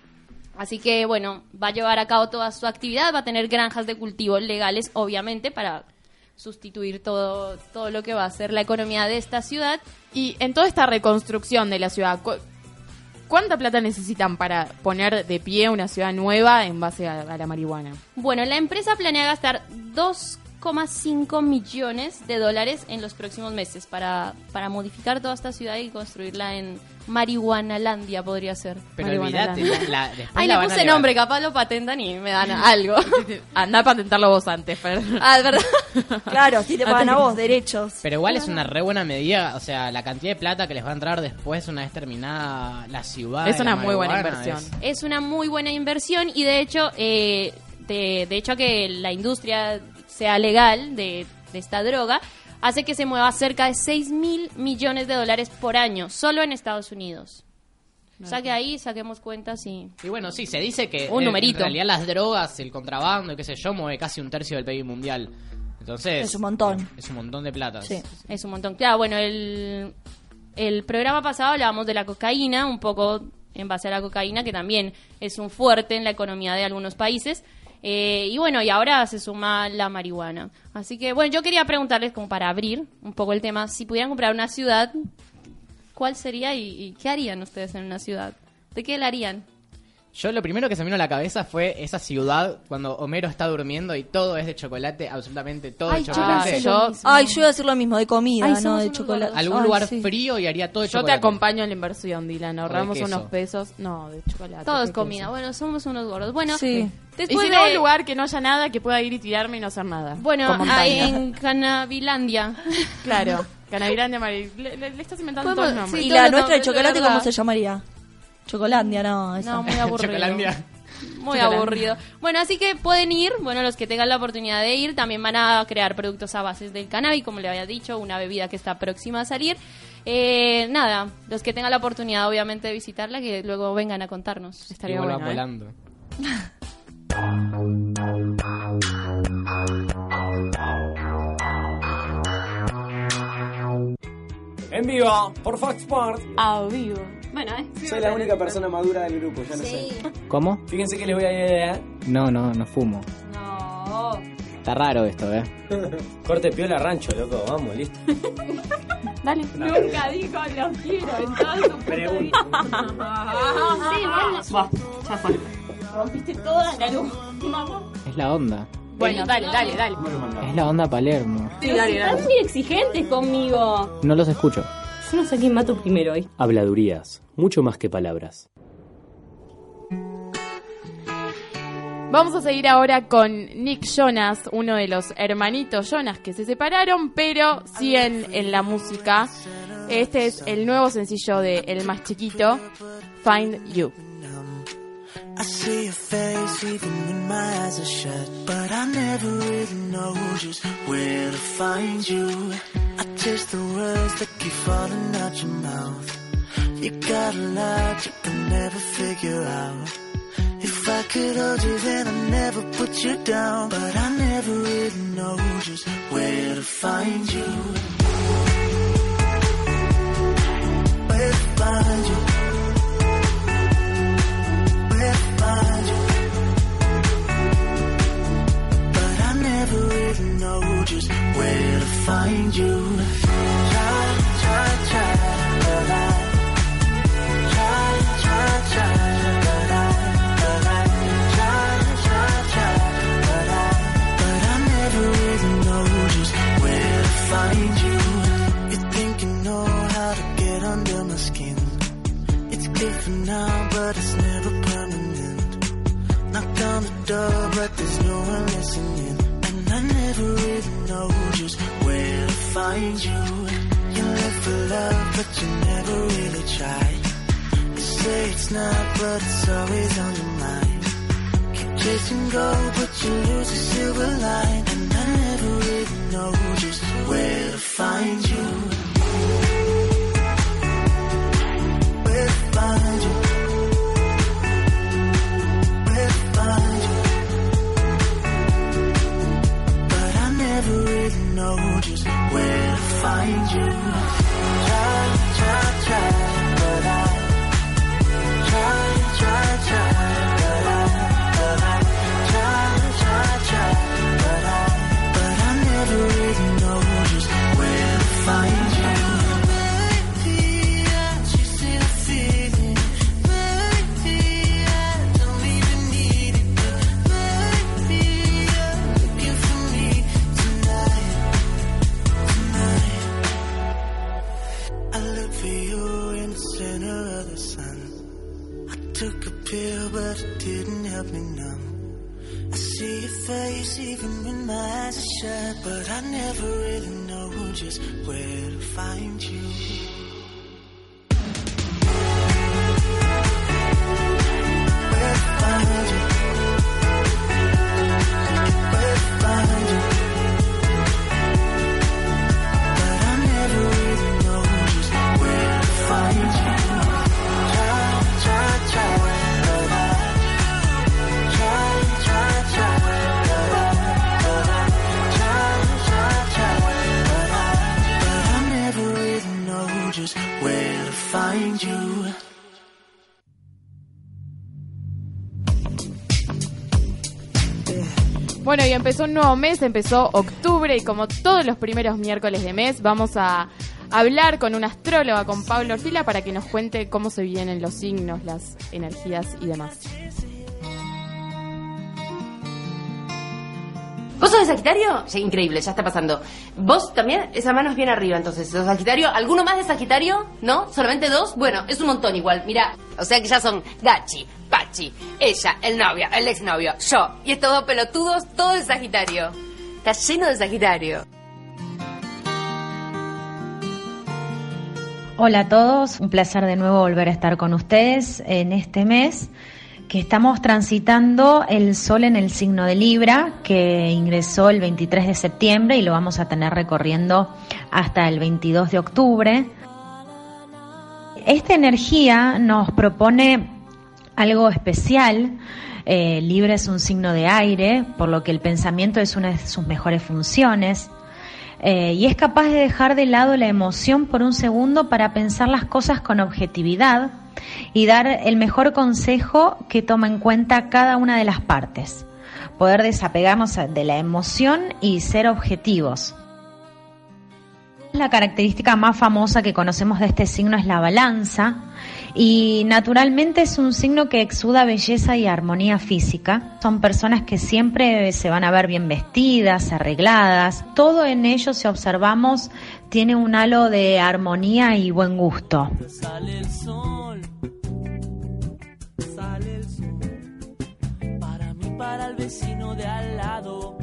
S21: Así que, bueno, va a llevar a cabo toda su actividad, va a tener granjas de cultivo legales, obviamente, para sustituir todo, todo lo que va a ser la economía de esta ciudad.
S13: Y en toda esta reconstrucción de la ciudad, ¿cu- ¿cuánta plata necesitan para poner de pie una ciudad nueva en base a, a la marihuana?
S21: Bueno, la empresa planea gastar dos coma cinco millones de dólares en los próximos meses para, para modificar toda esta ciudad y construirla en Marihuanalandia, podría ser.
S6: Pero
S21: Marihuanalandia.
S6: olvídate, la, después
S21: Ay,
S6: la
S21: le
S6: van a
S21: puse
S6: levar-
S21: nombre, capaz lo patentan y me dan algo.
S13: Anda a patentarlo vos antes, Fer.
S21: Ah, es verdad.
S20: Claro, si te pagan a vos derechos.
S6: Pero igual es una re buena medida, o sea, la cantidad de plata que les va a entrar después una vez terminada la ciudad.
S13: Es
S6: de
S13: una
S6: la
S13: muy buena
S6: marihuana,
S13: inversión.
S6: es-
S21: Es una muy buena inversión y de hecho, eh, de, de hecho que la industria sea legal de, de esta droga hace que se mueva cerca de seis mil millones de dólares por año, solo en Estados Unidos. O sea que ahí saquemos cuentas y...
S6: Y bueno, sí, se dice que
S21: Un
S6: en-
S21: numerito.
S6: en realidad las drogas, el contrabando y qué sé yo, mueve casi un tercio del P I B mundial. Entonces...
S20: Es un montón.
S6: Es un montón de plata.
S21: Sí, es un montón. Claro, bueno, el, el programa pasado hablábamos de la cocaína, un poco en base a la cocaína, que también es un fuerte en la economía de algunos países. Eh, y bueno, y ahora se suma la marihuana. Así que, bueno, yo quería preguntarles, como para abrir un poco el tema, si pudieran comprar una ciudad, ¿cuál sería y, y qué harían ustedes en una ciudad? ¿De qué la harían?
S6: Yo lo primero que se me vino a la cabeza fue esa ciudad cuando Homero está durmiendo y todo es de chocolate, absolutamente todo
S20: Ay,
S6: de
S20: yo
S6: chocolate.
S20: pensé lo mismo. Ay, yo iba a decir lo mismo, de comida,
S13: Ay,
S20: no
S13: somos
S20: de
S13: unos
S20: chocolate.
S6: Algún
S20: Ay,
S6: lugar
S20: sí.
S6: frío y haría todo de
S13: Yo te
S6: chocolate.
S13: acompaño en la inversión, Dylan. Ahorramos
S6: queso.
S13: unos pesos. No, de chocolate.
S21: Todo es
S13: ¿qué
S21: comida.
S13: queso?
S21: Bueno, somos unos gordos. Bueno,
S13: Sí. Y
S21: después
S13: si no,
S21: de...
S13: un lugar que no haya nada, que pueda ir y tirarme y no hacer nada.
S21: Bueno,
S13: Con montaña.
S21: ahí en Canavilandia.
S13: Claro. Canavilandia, Mari. Le, le- le estás inventando todos los
S21: Podemos-
S13: nombres.
S20: ¿Y
S21: todo
S20: la
S21: lo
S20: nuestra de
S21: nombres, de
S20: chocolate
S21: verdad.
S20: cómo se llamaría? Chocolandia, no. Esa.
S21: No, muy aburrido.
S6: Chocolandia.
S21: Muy
S20: Chocolandia.
S21: aburrido. Bueno, así que pueden ir, bueno, los que tengan la oportunidad de ir, también van a crear productos a bases del cannabis, como le había dicho, una bebida que está próxima a salir. Eh, nada, los que tengan la oportunidad, obviamente, de visitarla, que luego vengan a contarnos.
S6: Y vuelvan volando.
S1: En vivo, por Fox Sports.
S13: A vivo.
S21: Bueno, eh.
S1: Soy la única persona madura del grupo, ya lo sé.
S6: ¿Cómo?
S1: Fíjense que les voy a dar.
S6: No, no, no fumo.
S21: No.
S6: Está raro esto, ¿eh?
S1: Corte piola rancho, loco, vamos, listo.
S13: Dale.
S21: Nunca dijo lo quiero en toda su puta vida. Sí, bueno.
S13: Ya fue.
S21: Rompiste toda la luz. Vamos.
S6: Es la onda.
S13: Bueno, dale, dale, dale.
S6: Es la onda Palermo.
S21: Pero si están muy exigentes conmigo.
S6: No los escucho.
S21: Yo no sé quién mato primero hoy.
S17: Habladurías, mucho más que palabras.
S13: Vamos a seguir ahora con Nick Jonas, uno de los hermanitos Jonas que se separaron, pero siguen en la música. Este es el nuevo sencillo de El Más Chiquito, Find You.
S2: I see your face even when my eyes are shut, but I never really know just where to find you. I taste the words that keep falling out your mouth. You got a lot you can never figure out. If I could hold you then I'd never put you down, but I never really know just where to find you. Where to find you. Where to find you. But I never really know just where to find you. Try, try, try, but I get under my skin. It's good for now, but it's never permanent. Knocked on the door, but there's no one listening. And I never really know just where to find you. You live for love, but you never really try. You say it's not, but it's always on your mind. Keep chasing gold, but you lose the silver line. And I never really know just where to find you. Where to find you. Where to find you. But I never really know just where to find you. Try, try, try, but I try, try, try, but I, but I try, try, try, but I, but I never really know just where to find you. Baby, I just see the feeling. Baby, I don't even need it, but baby, you're looking for me tonight, tonight. I look for you in the center of the sun. I took a pill, but it didn't help me numb. I see your face even when my eyes are shut, but I never really know just where to find you. Where to find you. Where to find you. But I never really know just where to find you. Try, try, try, but I try, try, try, but I, but I try, try, try, but I, but I never really know just where to find you.
S13: Bueno, y empezó un nuevo mes, empezó octubre, y como todos los primeros miércoles de mes vamos a hablar con una astróloga, con Paula Orfila, para que nos cuente cómo se vienen los signos, las energías y demás.
S3: ¿Vos sos de Sagitario? Sí, increíble, ya está pasando. ¿Vos también? Esa mano es bien arriba, entonces. ¿Sos Sagitario? ¿Alguno más de Sagitario? ¿No? ¿Solamente dos? Bueno, es un montón igual, mira. O sea que ya son Gachi, Pachi, ella, el novio, el exnovio, yo. Y estos dos pelotudos, todo de Sagitario. Está lleno de Sagitario.
S22: Hola a todos, un placer de nuevo volver a estar con ustedes en este mes que estamos transitando el Sol en el signo de Libra, que ingresó el veintitrés de septiembre y lo vamos a tener recorriendo hasta el veintidós de octubre. Esta energía nos propone algo especial. Eh, Libra es un signo de aire, por lo que el pensamiento es una de sus mejores funciones. Eh, y es capaz de dejar de lado la emoción por un segundo para pensar las cosas con objetividad y dar el mejor consejo que toma en cuenta cada una de las partes. Poder desapegarnos de la emoción y ser objetivos. La característica más famosa que conocemos de este signo es la balanza, y naturalmente es un signo que exuda belleza y armonía física. Son personas que siempre se van a ver bien vestidas, arregladas. Todo en ellos, si observamos, tiene un halo de armonía y buen gusto.
S2: Sale el sol, sale el sol, para mí, para el vecino de al lado.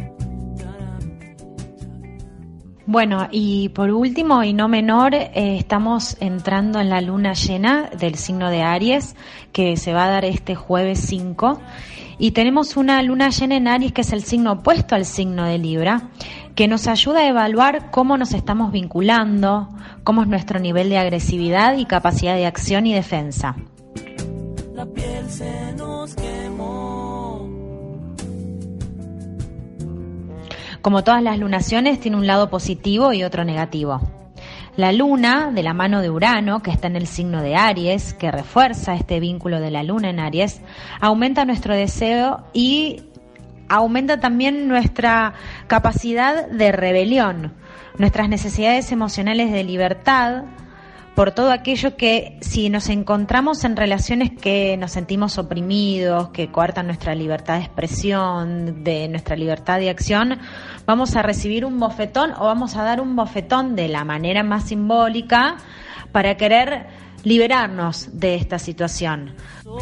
S22: Bueno, y por último y no menor, eh, estamos entrando en la luna llena del signo de Aries, que se va a dar este jueves cinco, y tenemos una luna llena en Aries, que es el signo opuesto al signo de Libra, que nos ayuda a evaluar cómo nos estamos vinculando, cómo es nuestro nivel de agresividad y capacidad de acción y defensa.
S2: La piel se nos quemó.
S22: Como todas las lunaciones, tiene un lado positivo y otro negativo. La luna, de la mano de Urano, que está en el signo de Aries, que refuerza este vínculo de la luna en Aries, aumenta nuestro deseo y aumenta también nuestra capacidad de rebelión, nuestras necesidades emocionales de libertad, por todo aquello que, si nos encontramos en relaciones que nos sentimos oprimidos, que coartan nuestra libertad de expresión, de nuestra libertad de acción, vamos a recibir un bofetón o vamos a dar un bofetón de la manera más simbólica para querer liberarnos de esta situación.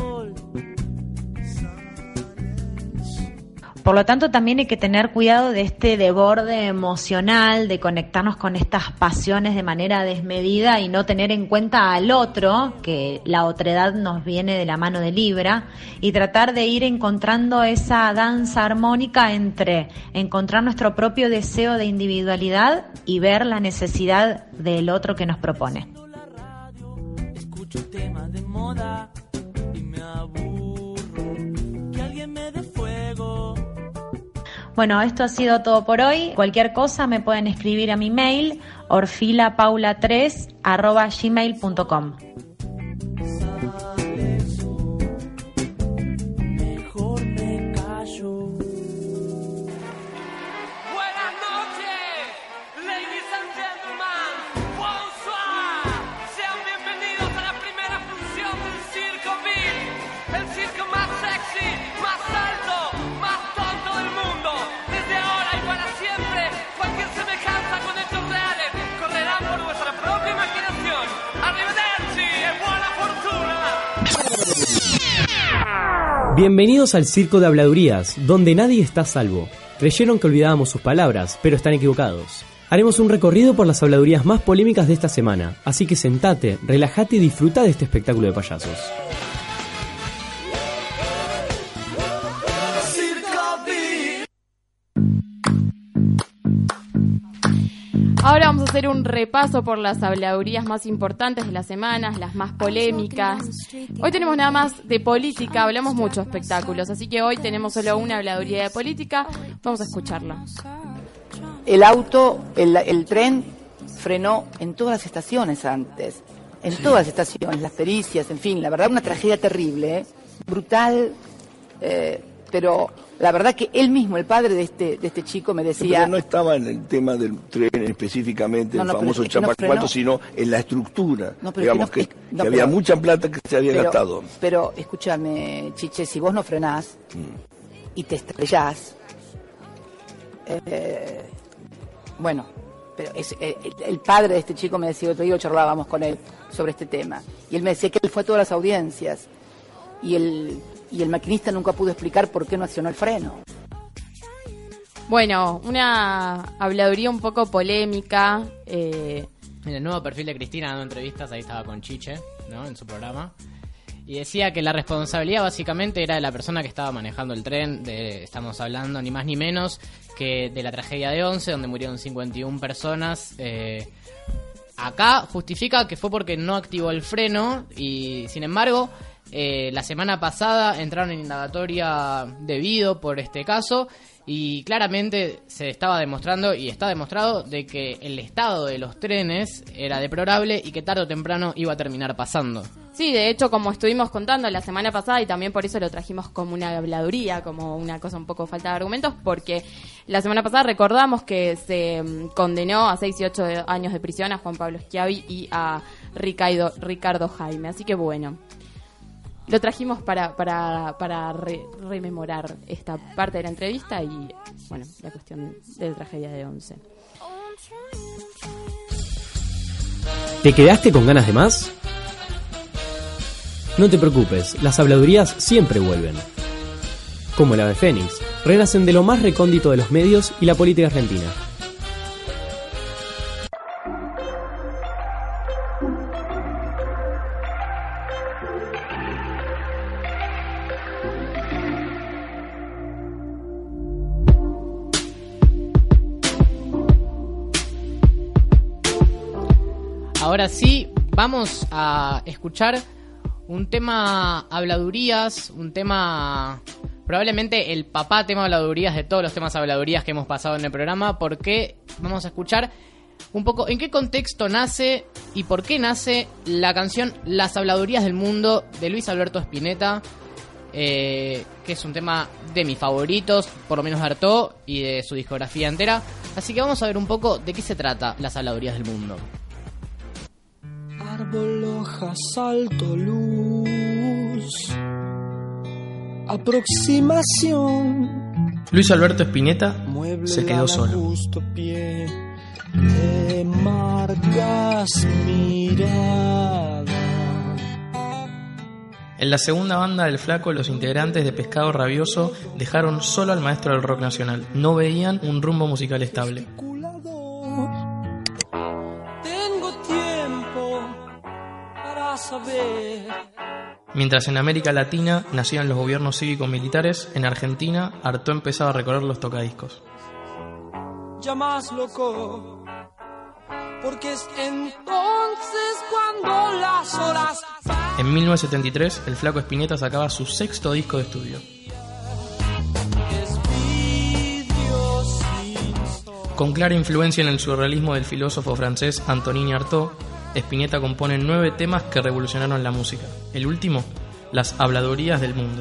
S22: Por lo tanto, también hay que tener cuidado de este desborde emocional, de conectarnos con estas pasiones de manera desmedida y no tener en cuenta al otro, que la otredad nos viene de la mano de Libra, y tratar de ir encontrando esa danza armónica entre encontrar nuestro propio deseo de individualidad y ver la necesidad del otro que nos propone.
S2: Escucho temas de moda y me aburro. Que alguien me dé fuego.
S22: Bueno, esto ha sido todo por hoy. Cualquier cosa me pueden escribir a mi mail orfilapaula tres arroba gmail punto com.
S2: Mejor me callo. Buenas noches, ladies and gentlemen. Bonsoir. Sean bienvenidos a la primera función del Circo Beat. El circo más sexy, más alto, más tonto del mundo. Desde ahora y para siempre, cualquier semejanza con hechos reales correrán por vuestra propia imaginación. Arrivederci e buena fortuna.
S17: Bienvenidos al Circo de Habladurías, donde nadie está a salvo. Creyeron que olvidábamos sus palabras, pero están equivocados. Haremos un recorrido por las habladurías más polémicas de esta semana, así que sentate, relájate y disfruta de este espectáculo de payasos.
S13: Ahora vamos a hacer un repaso por las habladurías más importantes de las semanas, las más polémicas. Hoy tenemos nada más de política, hablamos mucho de espectáculos, así que hoy tenemos solo una habladuría de política. Vamos a escucharla.
S5: El auto, el, el tren frenó en todas las estaciones antes, en sí. todas las estaciones, las pericias, en fin, la verdad una tragedia terrible, ¿eh? brutal, eh, pero la verdad que él mismo, el padre de este de este chico, me decía...
S7: Pero no estaba en el tema del tren específicamente, no, no, el famoso es que chapacuato, no sino en la estructura, no, digamos que, no, que, no, que había pero, mucha plata que se había
S5: pero,
S7: gastado.
S5: Pero escúchame, Chiche, si vos no frenás mm. y te estrellás, eh, bueno, pero es, eh, el padre de este chico me decía, otro día charlábamos con él sobre este tema, y él me decía que él fue a todas las audiencias, y el... y el maquinista nunca pudo explicar por qué no accionó el freno.
S13: Bueno, una habladuría un poco polémica. Eh...
S6: En el nuevo perfil de Cristina dando entrevistas, ahí estaba con Chiche, ¿no? En su programa. Y decía que la responsabilidad básicamente era de la persona que estaba manejando el tren. De, estamos hablando ni más ni menos que de la tragedia de Once, donde murieron cincuenta y una personas. Eh, acá justifica que fue porque no activó el freno y, sin embargo... Eh, la semana pasada entraron en indagatoria debido por este caso y claramente se estaba demostrando y está demostrado de que el estado de los trenes era deplorable y que tarde o temprano iba a terminar pasando.
S13: Sí, de hecho, como estuvimos contando la semana pasada, y también por eso lo trajimos como una habladuría, como una cosa un poco falta de argumentos, porque la semana pasada recordamos que se condenó a seis y ocho años de prisión a Juan Pablo Schiavi y a Ricardo, Ricardo Jaime, así que bueno... Lo trajimos para para, para re, rememorar esta parte de la entrevista y, bueno, la cuestión de la tragedia de Once.
S17: ¿Te quedaste con ganas de más? No te preocupes, las habladurías siempre vuelven. Como el ave fénix, renacen de lo más recóndito de los medios y la política argentina.
S6: Ahora sí, vamos a escuchar un tema habladurías, un tema, probablemente el papá tema habladurías de todos los temas habladurías que hemos pasado en el programa, porque vamos a escuchar un poco en qué contexto nace y por qué nace la canción Las habladurías del mundo de Luis Alberto Spinetta, eh, que es un tema de mis favoritos, por lo menos de Artaud y de su discografía entera. Así que vamos a ver un poco de qué se trata Las habladurías del mundo.
S2: Árbol, hoja, salto, luz, aproximación.
S23: Luis Alberto Spinetta se quedó solo.
S2: Justo pie, te marca fugaz mirada.
S8: En la segunda banda del Flaco, los integrantes de Pescado Rabioso dejaron solo al maestro del rock nacional. No veían un rumbo musical estable.
S2: Tengo tiempo para saber.
S8: Mientras en América Latina nacían los gobiernos cívico-militares, en Argentina Artaud empezaba a recorrer los tocadiscos.
S2: Ya más loco, porque es entonces cuando las horas.
S8: En mil novecientos setenta y tres, el Flaco Spinetta sacaba su sexto disco de estudio. Con clara influencia en el surrealismo del filósofo francés Antonin Artaud, Spinetta compone nueve temas que revolucionaron la música. El último, Las habladurías del mundo.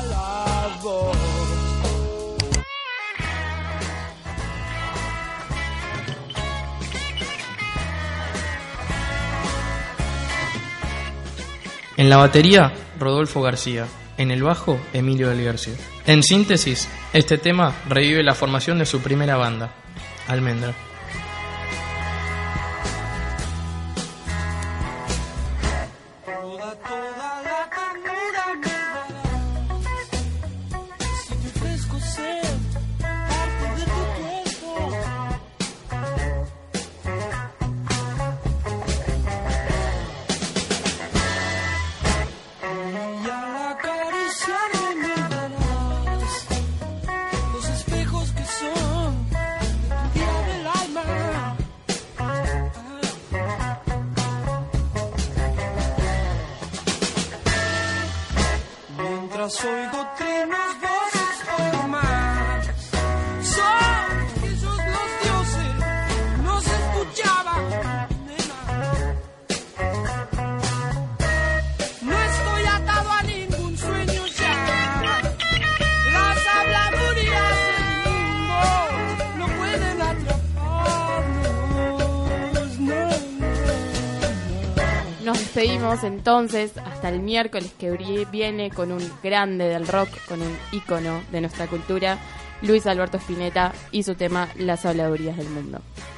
S8: En la batería, Rodolfo García. En el bajo, Emilio del Guercio. En síntesis, este tema revive la formación de su primera banda, Almendra.
S2: Oigo trinos, voces o más. Son ellos los dioses, no se escuchaban, nena. No estoy atado a ningún sueño ya. Las habladurías del mundo no pueden atraparnos, no, no, no.
S13: Nos despedimos entonces hasta el miércoles, que viene con un grande del rock, con un ícono de nuestra cultura, Luis Alberto Spinetta, y su tema Las habladurías del mundo.